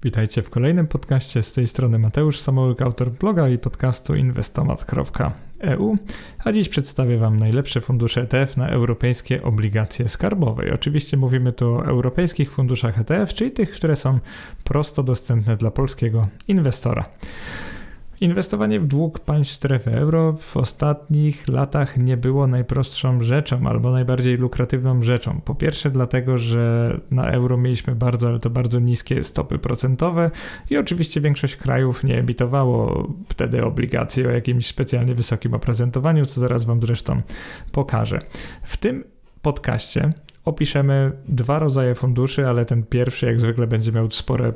Witajcie w kolejnym podcaście. Z tej strony Mateusz Samołyk, autor bloga i podcastu inwestomat.eu, a dziś przedstawię Wam najlepsze fundusze ETF na europejskie obligacje skarbowe. I oczywiście mówimy tu o europejskich funduszach ETF, czyli tych, które są prosto dostępne dla polskiego inwestora. Inwestowanie w dług państw strefy euro w ostatnich latach nie było najprostszą rzeczą albo najbardziej lukratywną rzeczą. Po pierwsze dlatego, że na euro mieliśmy bardzo niskie stopy procentowe i oczywiście większość krajów nie emitowało wtedy obligacji o jakimś specjalnie wysokim oprocentowaniu, co zaraz Wam zresztą pokażę. W tym podcaście opiszemy dwa rodzaje funduszy, ale ten pierwszy jak zwykle będzie miał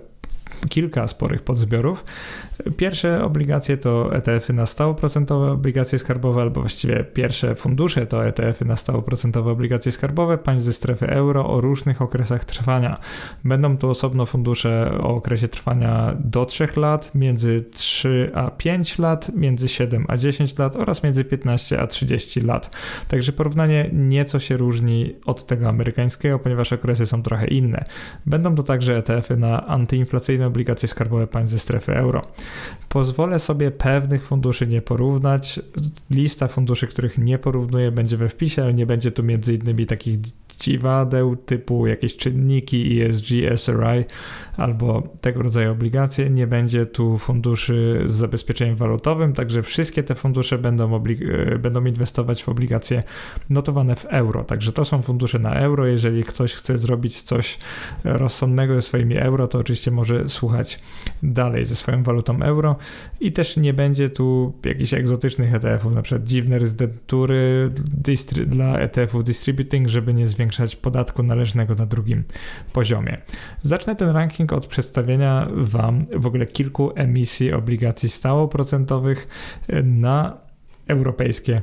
kilka sporych podzbiorów. Pierwsze obligacje to ETF-y na stałoprocentowe obligacje skarbowe, albo właściwie pierwsze fundusze to ETF-y na stałoprocentowe obligacje skarbowe państw ze strefy euro o różnych okresach trwania. Będą tu osobno fundusze o okresie trwania do 3 lat, między 3 a 5 lat, między 7 a 10 lat oraz między 15 a 30 lat. Także porównanie nieco się różni od tego amerykańskiego, ponieważ okresy są trochę inne. Będą to także ETF-y na antyinflacyjne obligacje skarbowe państw ze strefy euro. Pozwolę sobie pewnych funduszy nie porównać. Lista funduszy, których nie porównuję, będzie we wpisie, ale nie będzie tu między innymi takich dziwadeł typu jakieś czynniki ESG, SRI albo tego rodzaju obligacje. Nie będzie tu funduszy z zabezpieczeniem walutowym, także wszystkie te fundusze będą inwestować w obligacje notowane w euro. Także to są fundusze na euro. Jeżeli ktoś chce zrobić coś rozsądnego ze swoimi euro, to oczywiście może słuchać dalej ze swoją walutą euro i też nie będzie tu jakichś egzotycznych ETF-ów, na przykład dziwne rezydentury dla ETF-ów distributing, żeby nie zwiększać podatku należnego na drugim poziomie. Zacznę ten ranking od przedstawienia Wam w ogóle kilku emisji obligacji stałoprocentowych na europejskie,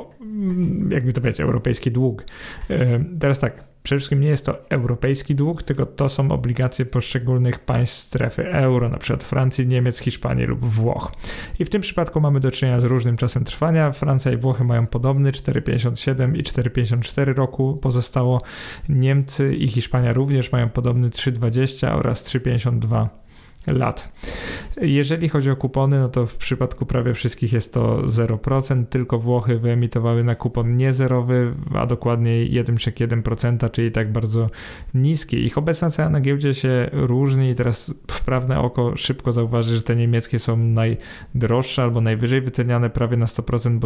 europejski dług. Teraz tak, przede wszystkim nie jest to europejski dług, tylko to są obligacje poszczególnych państw strefy euro, na przykład Francji, Niemiec, Hiszpanii lub Włoch. I w tym przypadku mamy do czynienia z różnym czasem trwania. Francja i Włochy mają podobny 4,57 i 4,54 roku pozostało. Niemcy i Hiszpania również mają podobny 3,20 oraz 3,52 lat. Jeżeli chodzi o kupony, no to w przypadku prawie wszystkich jest to 0%, tylko Włochy wyemitowały na kupon niezerowy, a dokładniej 1,1%, czyli tak bardzo niski. Ich obecna cena na giełdzie się różni i teraz wprawne oko szybko zauważy, że te niemieckie są najdroższe albo najwyżej wyceniane prawie na 100%, bo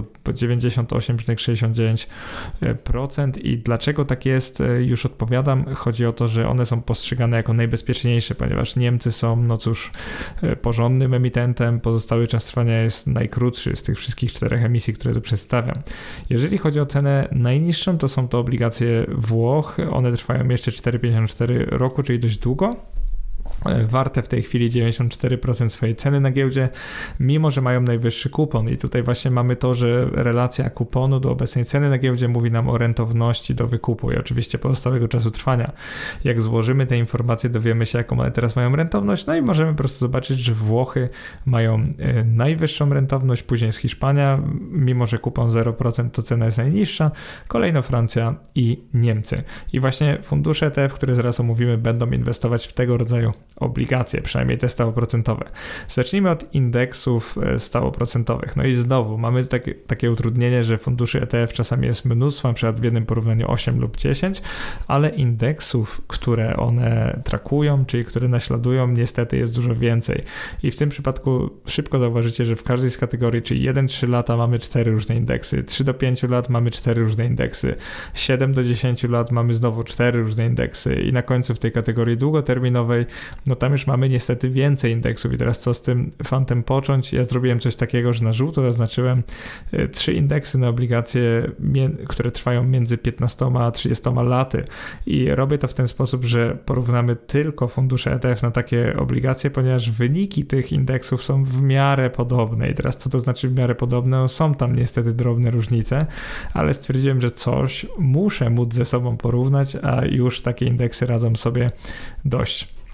98,69%. I dlaczego tak jest, już odpowiadam. Chodzi o to, że one są postrzegane jako najbezpieczniejsze, ponieważ Niemcy są porządnym emitentem, pozostały czas trwania jest najkrótszy z tych wszystkich 4 emisji, które tu przedstawiam. Jeżeli chodzi o cenę najniższą, to są to obligacje Włoch, one trwają jeszcze 4,54 roku, czyli dość długo. Warte w tej chwili 94% swojej ceny na giełdzie, mimo że mają najwyższy kupon. I tutaj właśnie mamy to, że relacja kuponu do obecnej ceny na giełdzie mówi nam o rentowności do wykupu i oczywiście pozostałego czasu trwania. Jak złożymy te informacje, dowiemy się, jaką one teraz mają rentowność, no i możemy po prostu zobaczyć, że Włochy mają najwyższą rentowność, później jest Hiszpania, mimo że kupon 0%, to cena jest najniższa, kolejno Francja i Niemcy. I właśnie fundusze ETF, które zaraz omówimy, będą inwestować w tego rodzaju obligacje, przynajmniej te stałoprocentowe. Zacznijmy od indeksów stałoprocentowych. No i znowu mamy takie utrudnienie, że funduszy ETF czasami jest mnóstwo, na przykład w jednym porównaniu 8 lub 10, ale indeksów, które one trakują, czyli które naśladują, niestety jest dużo więcej. I w tym przypadku szybko zauważycie, że w każdej z kategorii, czyli 1-3 lata mamy 4 różne indeksy, 3 do 5 lat mamy 4 różne indeksy, 7 do 10 lat mamy znowu 4 różne indeksy i na końcu w tej kategorii długoterminowej no tam już mamy niestety więcej indeksów i teraz co z tym fantem począć? Ja zrobiłem coś takiego, że na żółto zaznaczyłem 3 indeksy na obligacje, które trwają między 15 a 30 laty i robię to w ten sposób, że porównamy tylko fundusze ETF na takie obligacje, ponieważ wyniki tych indeksów są w miarę podobne i teraz co to znaczy w miarę podobne? No, są tam niestety drobne różnice, ale stwierdziłem, że coś muszę móc ze sobą porównać, a już takie indeksy radzą sobie dość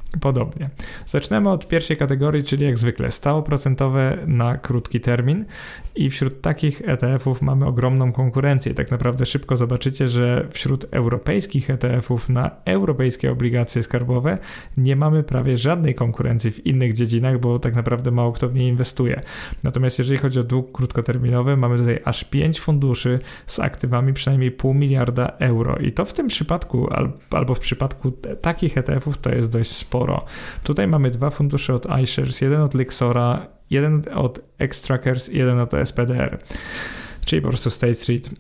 podobnie. Zaczynamy od pierwszej kategorii, czyli jak zwykle stałoprocentowe na krótki termin i wśród takich ETF-ów mamy ogromną konkurencję. Tak naprawdę szybko zobaczycie, że wśród europejskich ETF-ów na europejskie obligacje skarbowe nie mamy prawie żadnej konkurencji w innych dziedzinach, bo tak naprawdę mało kto w nie inwestuje. Natomiast jeżeli chodzi o dług krótkoterminowy, mamy tutaj aż 5 funduszy z aktywami przynajmniej 0,5 miliarda euro i to w tym przypadku albo w przypadku takich ETF-ów to jest dość sporo. Tutaj mamy 2 fundusze od iShares, jeden od Lyxora, jeden od Xtrackers i jeden od SPDR, czyli po prostu State Street.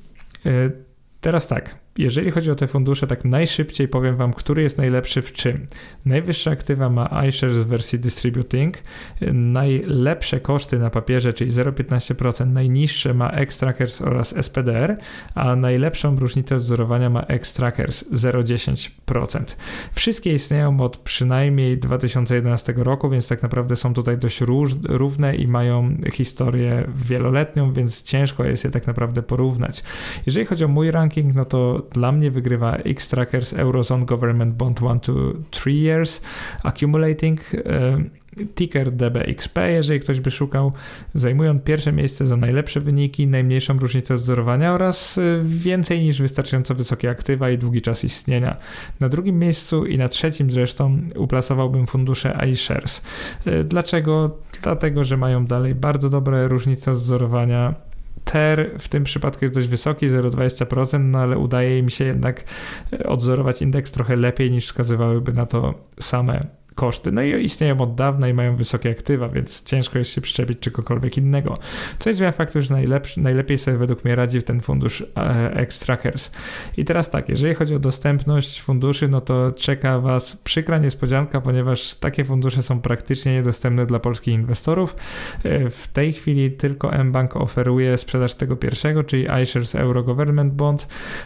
Teraz tak, jeżeli chodzi o te fundusze, tak najszybciej powiem Wam, który jest najlepszy w czym. Najwyższe aktywa ma iShares w wersji Distributing, najlepsze koszty na papierze, czyli 0,15%, najniższe ma Xtrackers oraz SPDR, a najlepszą różnicę odzorowania ma Xtrackers 0,10%. Wszystkie istnieją od przynajmniej 2011 roku, więc tak naprawdę są tutaj dość równe i mają historię wieloletnią, więc ciężko jest je tak naprawdę porównać. Jeżeli chodzi o mój ranking, no to dla mnie wygrywa Xtrackers Eurozone Government Bond 1 to 3 Years Accumulating, ticker DBXP, jeżeli ktoś by szukał, zajmują pierwsze miejsce za najlepsze wyniki, najmniejszą różnicę odzorowania oraz więcej niż wystarczająco wysokie aktywa i długi czas istnienia. Na drugim miejscu i na trzecim zresztą uplasowałbym fundusze iShares. Dlaczego? Dlatego, że mają dalej bardzo dobre różnice odzorowania. TER w tym przypadku jest dość wysoki, 0,20%, no ale udaje im się jednak odzorować indeks trochę lepiej niż wskazywałyby na to same koszty. No i istnieją od dawna i mają wysokie aktywa, więc ciężko jest się przyczepić czegokolwiek innego. Co nie zmienia faktu, że najlepiej sobie według mnie radzi ten fundusz Xtrackers. I teraz tak, jeżeli chodzi o dostępność funduszy, no to czeka Was przykra niespodzianka, ponieważ takie fundusze są praktycznie niedostępne dla polskich inwestorów. W tej chwili tylko mBank oferuje sprzedaż tego pierwszego, czyli iShares Euro Government Bond.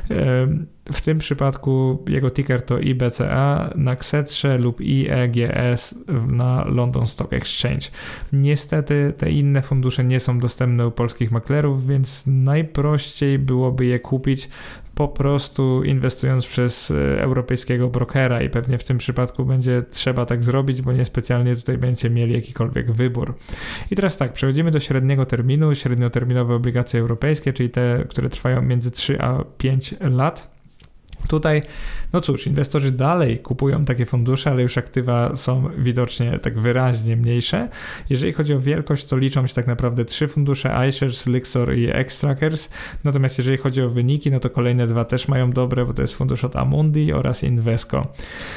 W tym przypadku jego ticker to IBCA na Xetrze lub IEGS na London Stock Exchange. Niestety te inne fundusze nie są dostępne u polskich maklerów, więc najprościej byłoby je kupić po prostu inwestując przez europejskiego brokera i pewnie w tym przypadku będzie trzeba tak zrobić, bo niespecjalnie tutaj będziecie mieli jakikolwiek wybór. I teraz tak, przechodzimy do średniego terminu, średnioterminowe obligacje europejskie, czyli te, które trwają między 3 a 5 lat. Tutaj, no cóż, inwestorzy dalej kupują takie fundusze, ale już aktywa są widocznie tak wyraźnie mniejsze. Jeżeli chodzi o wielkość, to liczą się tak naprawdę 3 fundusze, iShares, Lyxor i Xtrackers. Natomiast jeżeli chodzi o wyniki, no to kolejne 2 też mają dobre, bo to jest fundusz od Amundi oraz Invesco.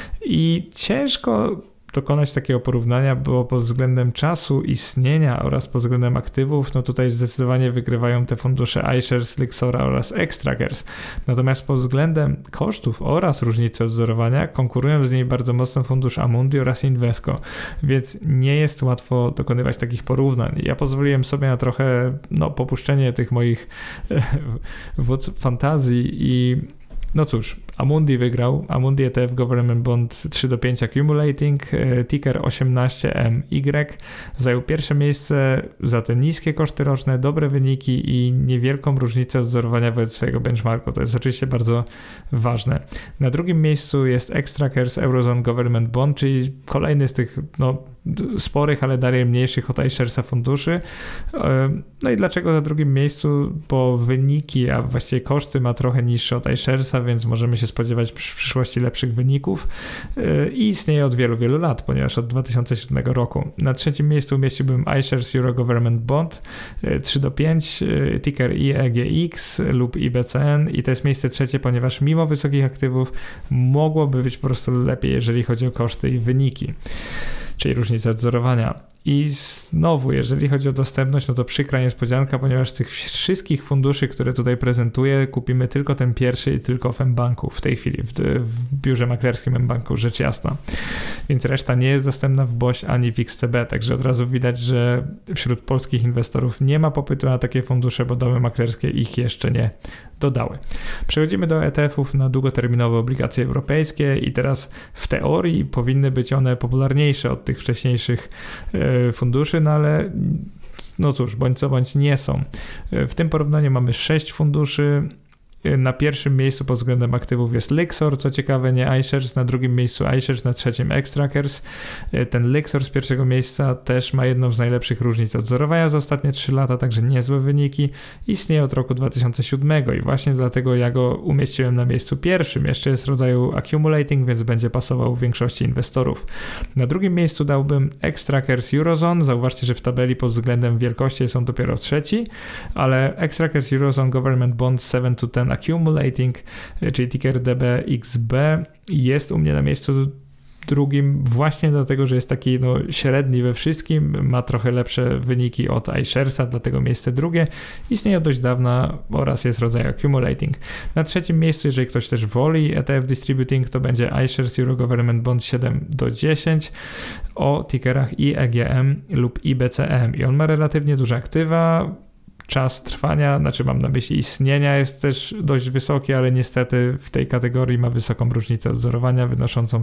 I ciężko dokonać takiego porównania, bo pod względem czasu istnienia oraz pod względem aktywów, no tutaj zdecydowanie wygrywają te fundusze iShares, Lyxora oraz Xtrackers. Natomiast pod względem kosztów oraz różnicy odzorowania konkurują z nimi bardzo mocno fundusz Amundi oraz Invesco, więc nie jest łatwo dokonywać takich porównań. Ja pozwoliłem sobie na trochę popuszczenie tych moich wódz fantazji i no cóż, Amundi wygrał, Amundi ETF Government Bond 3-5 Accumulating, ticker 18MY, zajął pierwsze miejsce za te niskie koszty roczne, dobre wyniki i niewielką różnicę odzorowania wobec swojego benchmarku. To jest oczywiście bardzo ważne. Na drugim miejscu jest Xtrackers Eurozone Government Bond, czyli kolejny z tych sporych, ale dalej mniejszych od iSharesa funduszy. No i dlaczego na drugim miejscu? Bo wyniki, a właściwie koszty ma trochę niższe od iSharesa, więc możemy się spodziewać w przyszłości lepszych wyników i istnieje od wielu, wielu lat, ponieważ od 2007 roku. Na trzecim miejscu umieściłbym iShares Euro Government Bond 3-5, ticker IEGX lub IBCN i to jest miejsce trzecie, ponieważ mimo wysokich aktywów mogłoby być po prostu lepiej, jeżeli chodzi o koszty i wyniki, czyli różnica odzorowania. I znowu, jeżeli chodzi o dostępność, no to przykra niespodzianka, ponieważ z tych wszystkich funduszy, które tutaj prezentuję, kupimy tylko ten pierwszy i tylko w mBanku w tej chwili, w biurze maklerskim mBanku, rzecz jasna. Więc reszta nie jest dostępna w BOŚ ani w XTB, także od razu widać, że wśród polskich inwestorów nie ma popytu na takie fundusze, bo domy maklerskie ich jeszcze nie dodały. Przechodzimy do ETF-ów na długoterminowe obligacje europejskie i teraz w teorii powinny być one popularniejsze od tych wcześniejszych funduszy, no ale no cóż, bądź co bądź nie są. W tym porównaniu mamy 6 funduszy Na pierwszym miejscu pod względem aktywów jest Lyxor, co ciekawe nie iShares, na drugim miejscu iShares, na trzecim Xtrackers. Ten Lyxor z pierwszego miejsca też ma jedną z najlepszych różnic odzorowania za ostatnie 3 lata, także niezłe wyniki. Istnieje od roku 2007 i właśnie dlatego ja go umieściłem na miejscu pierwszym. Jeszcze jest rodzaju accumulating, więc będzie pasował większości inwestorów. Na drugim miejscu dałbym Xtrackers Eurozone. Zauważcie, że w tabeli pod względem wielkości są dopiero trzeci, ale Xtrackers Eurozone Government Bonds 7 to 10 Accumulating, czyli ticker DBXB, jest u mnie na miejscu drugim właśnie dlatego, że jest taki średni we wszystkim, ma trochę lepsze wyniki od iSharesa, dlatego miejsce drugie. Istnieje od dość dawna oraz jest rodzaj accumulating. Na trzecim miejscu, jeżeli ktoś też woli ETF Distributing, to będzie iShares Euro Government Bond 7 do 10 o tickerach IEGM lub IBCM i on ma relatywnie duże aktywa. Czas trwania, mam na myśli istnienia, jest też dość wysoki, ale niestety w tej kategorii ma wysoką różnicę odzorowania wynoszącą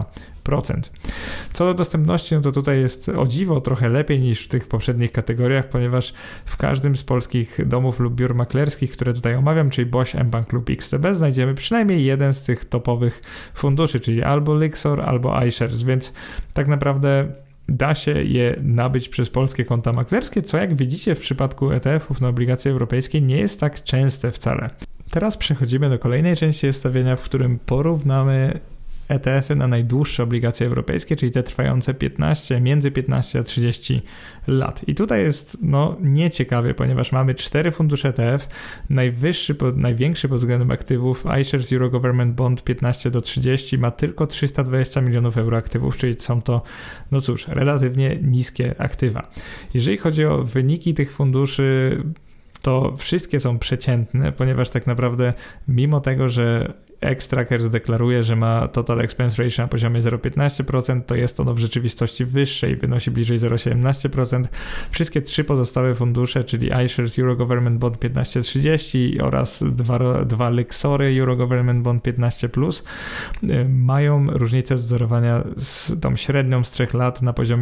0,2%. Co do dostępności, to tutaj jest o dziwo trochę lepiej niż w tych poprzednich kategoriach, ponieważ w każdym z polskich domów lub biur maklerskich, które tutaj omawiam, czyli BOŚ, mBank lub XTB, znajdziemy przynajmniej jeden z tych topowych funduszy, czyli albo Lyxor, albo iShares, więc tak naprawdę da się je nabyć przez polskie konta maklerskie, co jak widzicie w przypadku ETF-ów na obligacje europejskie nie jest tak częste wcale. Teraz przechodzimy do kolejnej części zestawienia, w którym porównamy ETF-y na najdłuższe obligacje europejskie, czyli te trwające między 15 a 30 lat. I tutaj jest nieciekawie, ponieważ mamy 4 fundusze ETF, największy pod względem aktywów iShares Euro Government Bond 15 do 30 ma tylko 320 milionów euro aktywów, czyli są to, relatywnie niskie aktywa. Jeżeli chodzi o wyniki tych funduszy, to wszystkie są przeciętne, ponieważ tak naprawdę mimo tego, że Xtrackers deklaruje, że ma total expense ratio na poziomie 0,15%, to jest ono w rzeczywistości wyższe i wynosi bliżej 0,17%. Wszystkie 3 pozostałe fundusze, czyli iShares Euro Government Bond 1530 oraz dwa Lyxory Euro Government Bond 15+, mają różnicę odzorowania z tą średnią z 3 lat na poziomie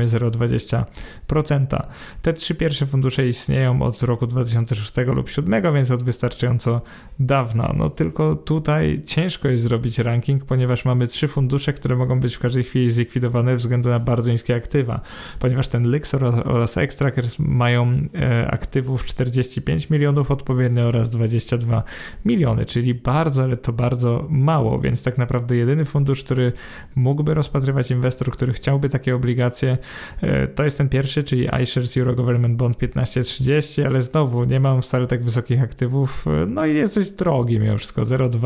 0,20%. Te 3 pierwsze fundusze istnieją od roku 2006 lub 2007, więc od wystarczająco dawna. Tylko tutaj ciężko jest zrobić ranking, ponieważ mamy 3 fundusze, które mogą być w każdej chwili zlikwidowane ze względu na bardzo niskie aktywa, ponieważ ten Lyxor oraz Xtrackers mają aktywów 45 milionów odpowiednio oraz 22 miliony, czyli bardzo, ale to bardzo mało, więc tak naprawdę jedyny fundusz, który mógłby rozpatrywać inwestor, który chciałby takie obligacje, to jest ten pierwszy, czyli iShares Euro Government Bond 1530, ale znowu nie mam wcale tak wysokich aktywów, i jest dość drogi mimo wszystko,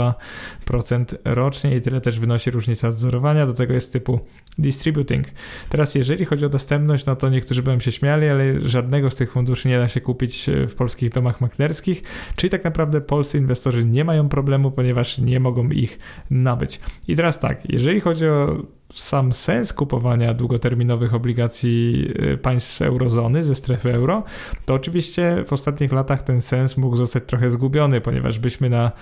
0,2% rocznie i tyle też wynosi różnica odzorowania, do tego jest typu distributing. Teraz jeżeli chodzi o dostępność, to niektórzy będą się śmiali, ale żadnego z tych funduszy nie da się kupić w polskich domach maklerskich, czyli tak naprawdę polscy inwestorzy nie mają problemu, ponieważ nie mogą ich nabyć. I teraz tak, jeżeli chodzi o sam sens kupowania długoterminowych obligacji państw eurozony ze strefy euro, to oczywiście w ostatnich latach ten sens mógł zostać trochę zgubiony, ponieważ byśmy na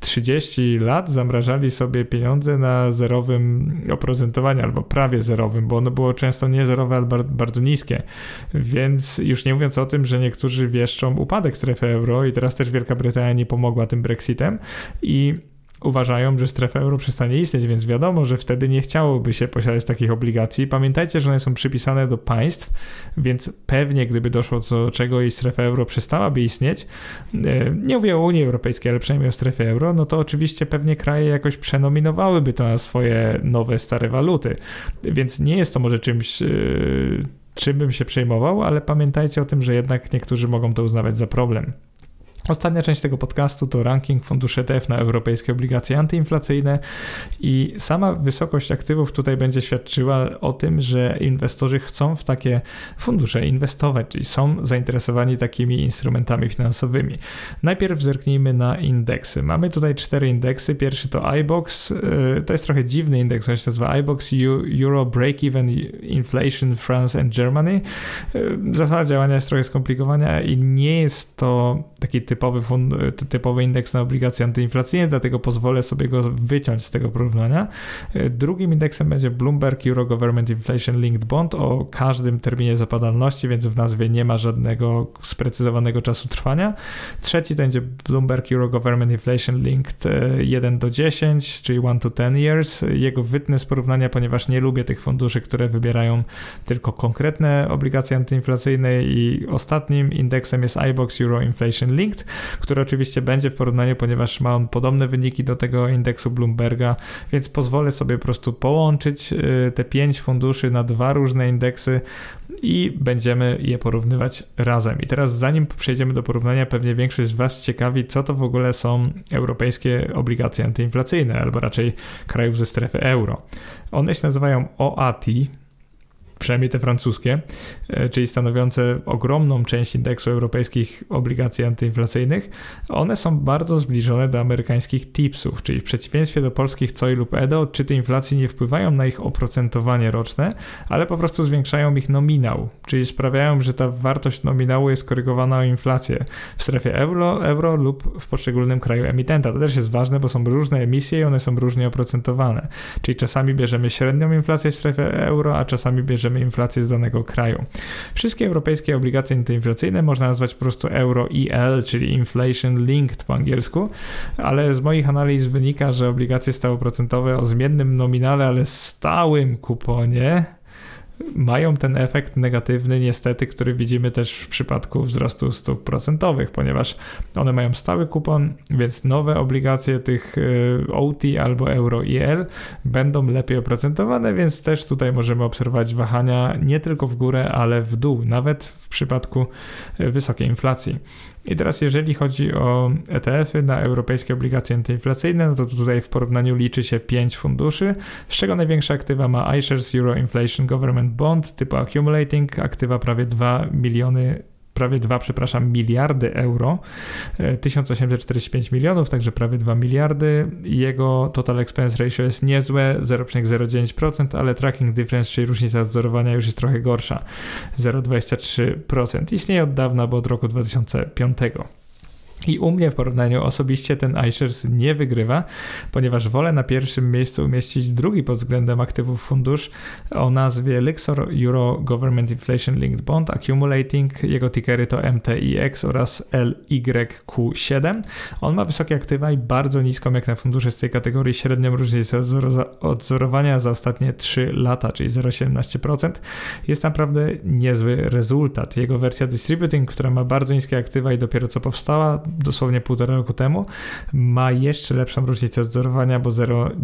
30 lat zamrażali sobie pieniądze na zerowym oprocentowaniu albo prawie zerowym, bo ono było często nie zerowe, ale bardzo niskie. Więc już nie mówiąc o tym, że niektórzy wieszczą upadek strefy euro i teraz też Wielka Brytania nie pomogła tym Brexitem i uważają, że strefa euro przestanie istnieć, więc wiadomo, że wtedy nie chciałoby się posiadać takich obligacji. Pamiętajcie, że one są przypisane do państw, więc pewnie gdyby doszło do czego i strefa euro przestałaby istnieć, nie mówię o Unii Europejskiej, ale przynajmniej o strefie euro, to oczywiście pewnie kraje jakoś przenominowałyby to na swoje nowe, stare waluty, więc nie jest to może czymś, czym bym się przejmował, ale pamiętajcie o tym, że jednak niektórzy mogą to uznawać za problem. Ostatnia część tego podcastu to ranking funduszy ETF na europejskie obligacje antyinflacyjne i sama wysokość aktywów tutaj będzie świadczyła o tym, że inwestorzy chcą w takie fundusze inwestować, czyli są zainteresowani takimi instrumentami finansowymi. Najpierw zerknijmy na indeksy. Mamy tutaj 4 indeksy. Pierwszy to iBoxx, to jest trochę dziwny indeks, on się nazywa iBoxx Euro Break-Even Inflation France and Germany. Zasada działania jest trochę skomplikowana i nie jest to taki typowy indeks na obligacje antyinflacyjne, dlatego pozwolę sobie go wyciąć z tego porównania. Drugim indeksem będzie Bloomberg Euro Government Inflation Linked Bond o każdym terminie zapadalności, więc w nazwie nie ma żadnego sprecyzowanego czasu trwania. Trzeci to będzie Bloomberg Euro Government Inflation Linked 1-10, czyli 1 to 10 years. Jego wytnę z porównania, ponieważ nie lubię tych funduszy, które wybierają tylko konkretne obligacje antyinflacyjne, i ostatnim indeksem jest iBoxx Euro Inflation Linked, który oczywiście będzie w porównaniu, ponieważ ma on podobne wyniki do tego indeksu Bloomberga, więc pozwolę sobie po prostu połączyć te 5 funduszy na 2 różne indeksy i będziemy je porównywać razem. I teraz zanim przejdziemy do porównania, pewnie większość z Was ciekawi, co to w ogóle są europejskie obligacje antyinflacyjne, albo raczej krajów ze strefy euro. One się nazywają OAT, przynajmniej te francuskie, czyli stanowiące ogromną część indeksu europejskich obligacji antyinflacyjnych. One są bardzo zbliżone do amerykańskich TIPS-ów, czyli w przeciwieństwie do polskich COI lub EDO, odczyty inflacji nie wpływają na ich oprocentowanie roczne, ale po prostu zwiększają ich nominał, czyli sprawiają, że ta wartość nominału jest korygowana o inflację w strefie euro lub w poszczególnym kraju emitenta. To też jest ważne, bo są różne emisje i one są różnie oprocentowane, czyli czasami bierzemy średnią inflację w strefie euro, a czasami bierzemy inflację z danego kraju. Wszystkie europejskie obligacje antyinflacyjne można nazwać po prostu Euro-IL, czyli Inflation Linked po angielsku, ale z moich analiz wynika, że obligacje stałoprocentowe o zmiennym nominale, ale stałym kuponie mają ten efekt negatywny niestety, który widzimy też w przypadku wzrostu stóp procentowych, ponieważ one mają stały kupon, więc nowe obligacje tych OT albo Euro-IL będą lepiej oprocentowane, więc też tutaj możemy obserwować wahania nie tylko w górę, ale w dół, nawet w przypadku wysokiej inflacji. I teraz jeżeli chodzi o ETF-y na europejskie obligacje antyinflacyjne, no to tutaj w porównaniu liczy się 5 funduszy, z czego największe aktywa ma iShares Euro Inflation Government Bond typu Accumulating, aktywa prawie 2 miliardy euro, 1845 milionów, także prawie 2 miliardy. Jego total expense ratio jest niezłe, 0,09%, ale tracking difference, czyli różnica odzorowania już jest trochę gorsza, 0,23%. Istnieje od dawna, bo od roku 2005. I u mnie w porównaniu osobiście ten iShares nie wygrywa, ponieważ wolę na pierwszym miejscu umieścić drugi pod względem aktywów fundusz o nazwie Lyxor Euro Government Inflation Linked Bond Accumulating. Jego tickery to MTIX oraz LYQ7. On ma wysokie aktywa i bardzo niską jak na fundusze z tej kategorii średnią różnicę odzorowania za ostatnie 3 lata, czyli 0,17%. Jest naprawdę niezły rezultat. Jego wersja Distributing, która ma bardzo niskie aktywa i dopiero co powstała, dosłownie 1,5 roku temu, ma jeszcze lepszą różnicę odzorowania, bo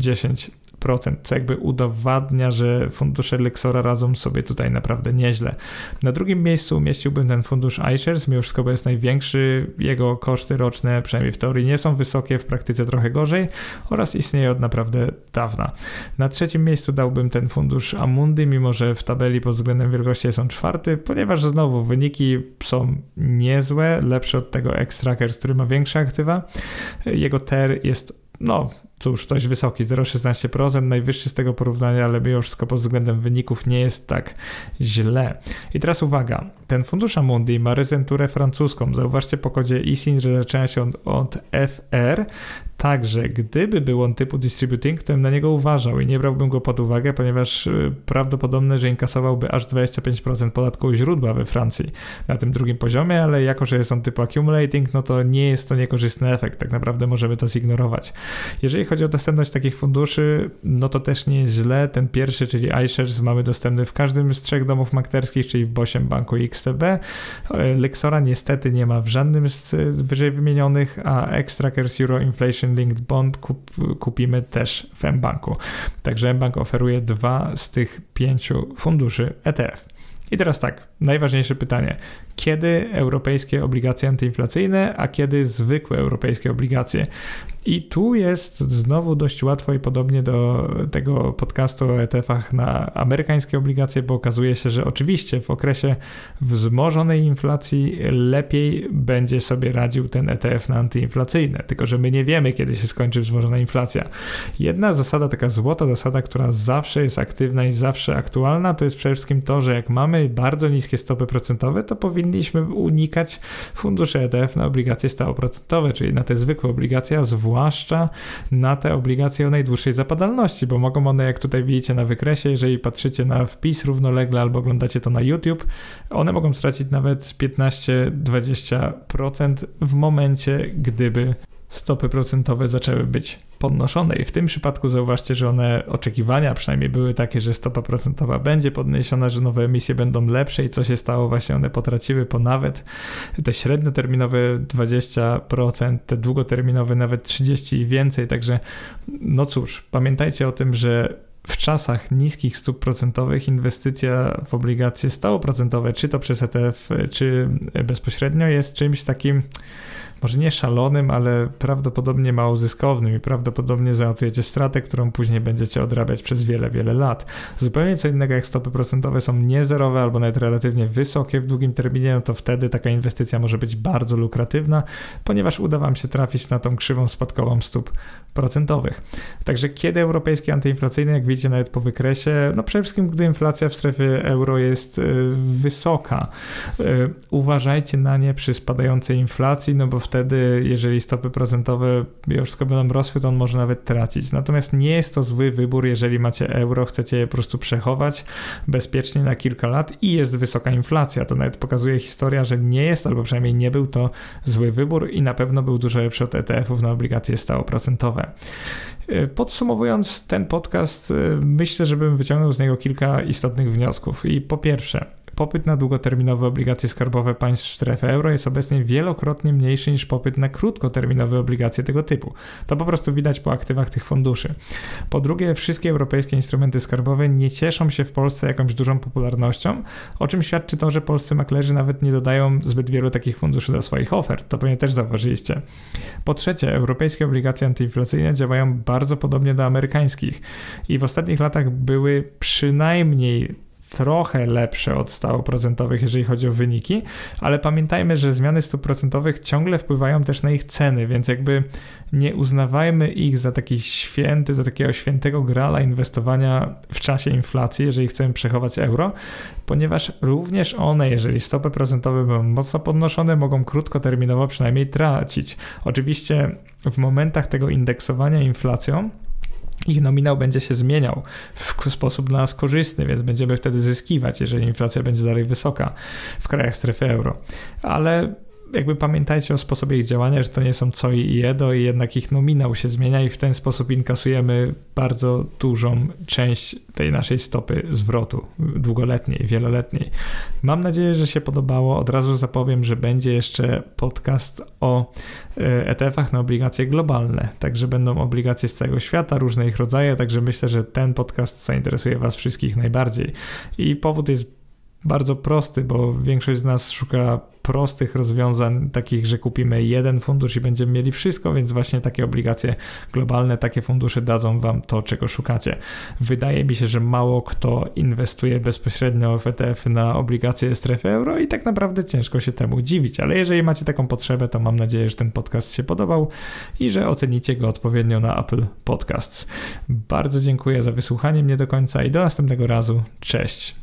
0,10%, co jakby udowadnia, że fundusze Lyxora radzą sobie tutaj naprawdę nieźle. Na drugim miejscu umieściłbym ten fundusz iShares, mimo wszystko, bo jest największy, jego koszty roczne, przynajmniej w teorii, nie są wysokie, w praktyce trochę gorzej oraz istnieje od naprawdę dawna. Na trzecim miejscu dałbym ten fundusz Amundi, mimo że w tabeli pod względem wielkości jest on 4, ponieważ znowu wyniki są niezłe, lepsze od tego Xtrackers, który ma większe aktywa. Jego TER jest dość wysoki, 0,16%, najwyższy z tego porównania, ale mimo wszystko pod względem wyników nie jest tak źle. I teraz uwaga, ten fundusz Amundi ma rezydenturę francuską. Zauważcie po kodzie ISIN, że zaczyna się od FR, także gdyby był on typu distributing, to bym na niego uważał i nie brałbym go pod uwagę, ponieważ prawdopodobne, że inkasowałby aż 25% podatku u źródła we Francji na tym drugim poziomie, ale jako, że jest on typu accumulating, no to nie jest to niekorzystny efekt, tak naprawdę możemy to zignorować. Jeżeli chodzi o dostępność takich funduszy, no to też nie jest źle. Ten pierwszy, czyli iShares, mamy dostępny w każdym z 3 domów maklerskich, czyli w BOŚ, banku i XTB. Lyxora niestety nie ma w żadnym z wyżej wymienionych, a Xtrackers Euro Inflation Linked Bond kupimy też w mBanku. Także mBank oferuje 2 z tych 5 funduszy ETF. I teraz tak, najważniejsze pytanie. Kiedy europejskie obligacje antyinflacyjne, a kiedy zwykłe europejskie obligacje? I tu jest znowu dość łatwo i podobnie do tego podcastu o ETF-ach na amerykańskie obligacje, bo okazuje się, że oczywiście w okresie wzmożonej inflacji lepiej będzie sobie radził ten ETF na antyinflacyjne, tylko że my nie wiemy, kiedy się skończy wzmożona inflacja. Jedna zasada, taka złota zasada, która zawsze jest aktywna i zawsze aktualna, to jest przede wszystkim to, że jak mamy mamy bardzo niskie stopy procentowe, to powinniśmy unikać funduszy ETF na obligacje stałoprocentowe, czyli na te zwykłe obligacje, a zwłaszcza na te obligacje o najdłuższej zapadalności, bo mogą one, jak tutaj widzicie na wykresie, jeżeli patrzycie na wpis równolegle albo oglądacie to na YouTube, one mogą stracić nawet 15-20% w momencie, gdyby stopy procentowe zaczęły być podnoszone i w tym przypadku zauważcie, że oczekiwania przynajmniej były takie, że stopa procentowa będzie podniesiona, że nowe emisje będą lepsze i co się stało? Właśnie one potraciły po nawet te średnioterminowe 20%, te długoterminowe nawet 30% i więcej, także no cóż, pamiętajcie o tym, że w czasach niskich stóp procentowych inwestycja w obligacje stałoprocentowe, czy to przez ETF, czy bezpośrednio jest czymś takim może nie szalonym, ale prawdopodobnie mało zyskownym i prawdopodobnie zanotujecie stratę, którą później będziecie odrabiać przez wiele, wiele lat. Zupełnie co innego, jak stopy procentowe są niezerowe albo nawet relatywnie wysokie w długim terminie, no to wtedy taka inwestycja może być bardzo lukratywna, ponieważ uda wam się trafić na tą krzywą spadkową stóp procentowych. Także kiedy europejskie antyinflacyjne, jak widzicie nawet po wykresie, no przede wszystkim gdy inflacja w strefie euro jest wysoka. Uważajcie na nie przy spadającej inflacji, no bo wtedy, jeżeli stopy procentowe już wszystko będą rosły, to on może nawet tracić. Natomiast nie jest to zły wybór, jeżeli macie euro, chcecie je po prostu przechować bezpiecznie na kilka lat i jest wysoka inflacja. To nawet pokazuje historia, że nie jest, albo przynajmniej nie był to zły wybór i na pewno był dużo lepszy od ETF-ów na obligacje stałoprocentowe. Podsumowując ten podcast, myślę, że bym wyciągnął z niego kilka istotnych wniosków. I po pierwsze, popyt na długoterminowe obligacje skarbowe państw strefy euro jest obecnie wielokrotnie mniejszy niż popyt na krótkoterminowe obligacje tego typu. To po prostu widać po aktywach tych funduszy. Po drugie, wszystkie europejskie instrumenty skarbowe nie cieszą się w Polsce jakąś dużą popularnością, o czym świadczy to, że polscy maklerzy nawet nie dodają zbyt wielu takich funduszy do swoich ofert. To pewnie też zauważyliście. Po trzecie, europejskie obligacje antyinflacyjne działają bardzo podobnie do amerykańskich i w ostatnich latach były przynajmniej trochę lepsze od stałoprocentowych, jeżeli chodzi o wyniki, ale pamiętajmy, że zmiany stóp procentowych ciągle wpływają też na ich ceny, więc jakby nie uznawajmy ich za taki święty, za takiego świętego grala inwestowania w czasie inflacji, jeżeli chcemy przechować euro, ponieważ również one, jeżeli stopy procentowe będą mocno podnoszone, mogą krótkoterminowo przynajmniej tracić. Oczywiście w momentach tego indeksowania inflacją ich nominał będzie się zmieniał w sposób dla nas korzystny, więc będziemy wtedy zyskiwać, jeżeli inflacja będzie dalej wysoka w krajach strefy euro. Ale jakby pamiętajcie o sposobie ich działania, że to nie są COI i EDO i jednak ich nominał się zmienia i w ten sposób inkasujemy bardzo dużą część tej naszej stopy zwrotu długoletniej, wieloletniej. Mam nadzieję, że się podobało. Od razu zapowiem, że będzie jeszcze podcast o ETF-ach na obligacje globalne. Także będą obligacje z całego świata, różne ich rodzaje, także myślę, że ten podcast zainteresuje was wszystkich najbardziej. I powód jest bardzo prosty, bo większość z nas szuka prostych rozwiązań, takich, że kupimy jeden fundusz i będziemy mieli wszystko, więc właśnie takie obligacje globalne, takie fundusze dadzą wam to, czego szukacie. Wydaje mi się, że mało kto inwestuje bezpośrednio w ETF na obligacje strefy euro i tak naprawdę ciężko się temu dziwić, ale jeżeli macie taką potrzebę, to mam nadzieję, że ten podcast się podobał i że ocenicie go odpowiednio na Apple Podcasts. Bardzo dziękuję za wysłuchanie mnie do końca i do następnego razu. Cześć!